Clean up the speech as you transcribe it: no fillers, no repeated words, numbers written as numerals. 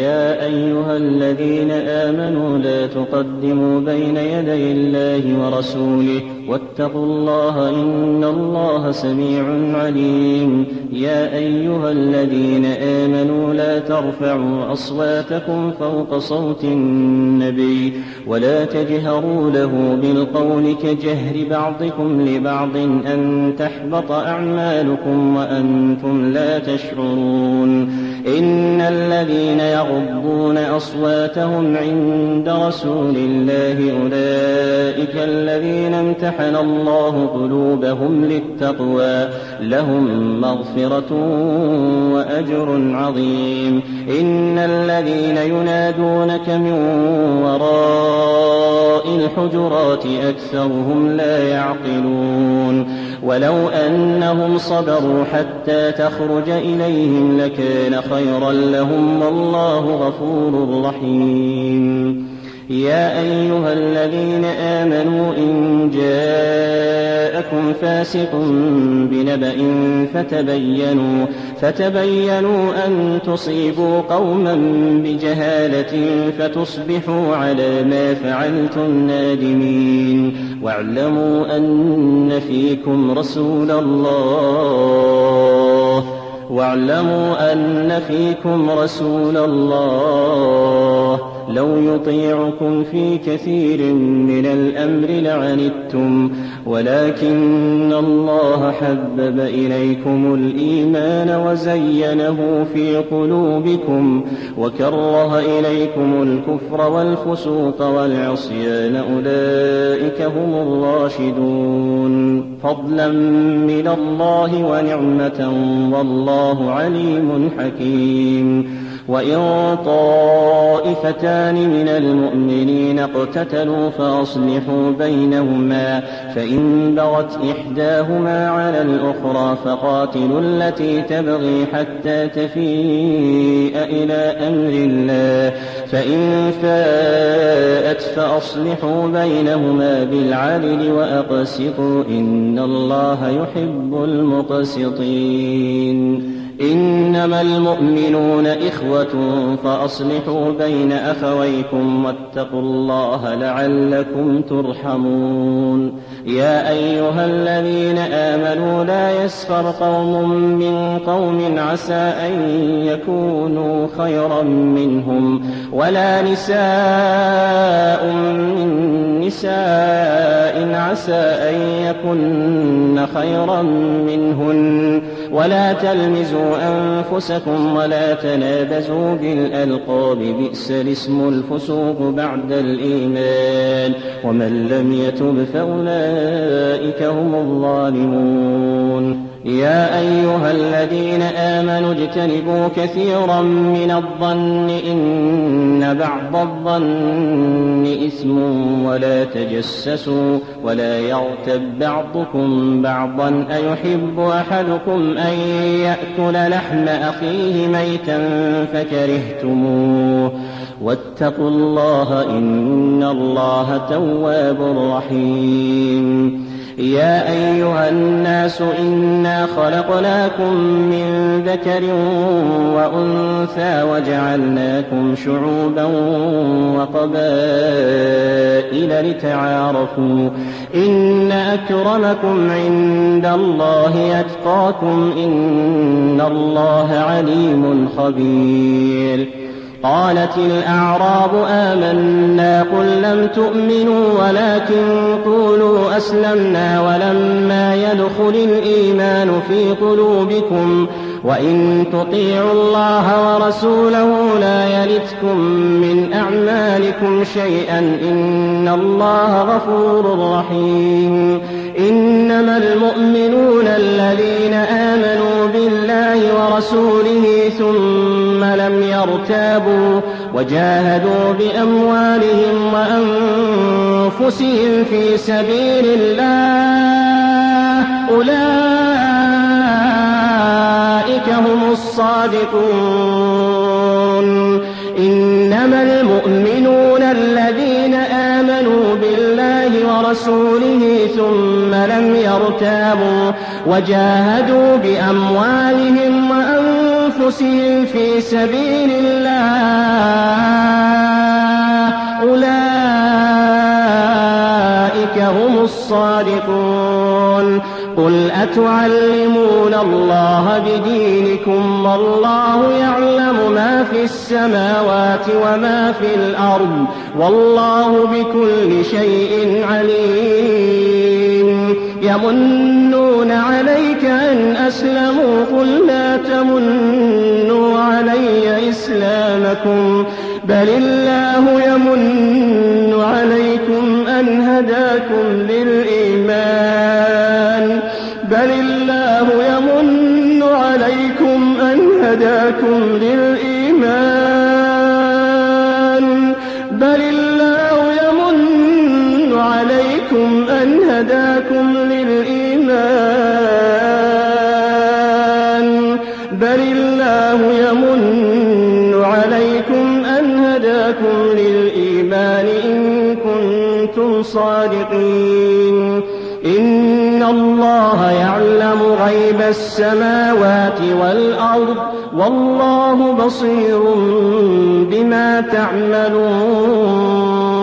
يا أيها الذين آمنوا لا تقدموا بين يدي الله ورسوله واتقوا الله إن الله سميع عليم. يا أيها الذين آمنوا لا ترفعوا أصواتكم فوق صوت النبي ولا تجهروا له بالقول كجهر بعضكم لبعض أن تحبط أعمالكم وأنتم لا تشعرون. إن الذين يغضون أصواتهم عند رسول الله أولئك الذين امتحن الله قلوبهم للتقوى لهم مغفرة وأجر عظيم. إن الذين ينادونك من وراء الحجرات أكثرهم لا يعقلون. ولو أنهم صبروا حتى تخرج إليهم لكان خيرا لهم والله غفور رحيم. يا أيها الذين آمنوا إن جاءكم فاسق بنبأ فتبينوا أن تصيبوا قوما بجهالة فتصبحوا على ما فعلتم نادمين. واعلموا أن فيكم رسول الله لو يطيعكم في كثير من الأمر لعنتم ولكن الله حبب إليكم الإيمان وزينه في قلوبكم وكره إليكم الكفر والفسوق والعصيان أولئك هم الراشدون. فضلا من الله ونعمة والله عليم حكيم. وإن طائفتان من المؤمنين اقتتلوا فأصلحوا بينهما فإن بغت إحداهما على الأخرى فقاتلوا التي تبغي حتى تفيء إلى أمر الله فإن فاءت فأصلحوا بينهما بالعدل وأقسطوا إن الله يحب المقسطين. إنما المؤمنون إخوة فأصلحوا بين أخويكم واتقوا الله لعلكم ترحمون. يا أيها الذين آمنوا لا يسخر قوم من قوم عسى أن يكونوا خيرا منهم ولا نساء من نساء عسى أن يكن خيرا منهن ولا تلمزوا أنفسكم ولا تنابزوا بالألقاب بئس الاسم الفسوق بعد الإيمان ومن لم يتب فأولئك هم الظالمون. يا أيها الذين آمنوا اجتنبوا كثيرا من الظن إن بعض الظن إثم ولا تجسسوا ولا يغتب بعضكم بعضا أيحب أحدكم أن يأكل لحم أخيه ميتا فكرهتموه واتقوا الله إن الله تواب رحيم. يا أيها الناس إنا خلقناكم من ذكر وأنثى وجعلناكم شعوبا وقبائل لتعارفوا إن أكرمكم عند الله أتقاكم إن الله عليم خبير. قالت الأعراب آمنا قل لم تؤمنوا ولكن قولوا أسلمنا ولما يدخل الإيمان في قلوبكم وإن تطيعوا الله ورسوله لا يلتكم من أعمالكم شيئا إن الله غفور رحيم. إنما المؤمنون الذين آمنوا بالله ورسوله ثم لم يرتابوا وجاهدوا بأموالهم وأنفسهم في سبيل الله أولئك هم الصادقون. إنما المؤمنون الذين آمنوا بالله ورسوله ثم لم يرتابوا وجاهدوا بأموالهم وأنفسهم في سبيل الله صادقون قل أتعلمون الله بدينكم والله يعلم ما في السماوات وما في الأرض والله بكل شيء عليم يمنون عليك أن أسلموا قل لا تمنوا علي إسلامكم بل الله يمن عليكم أن هداكم للإيمان إن كنتم صادقين إن الله يعلم غيب السماوات والأرض والله بصير بما تعملون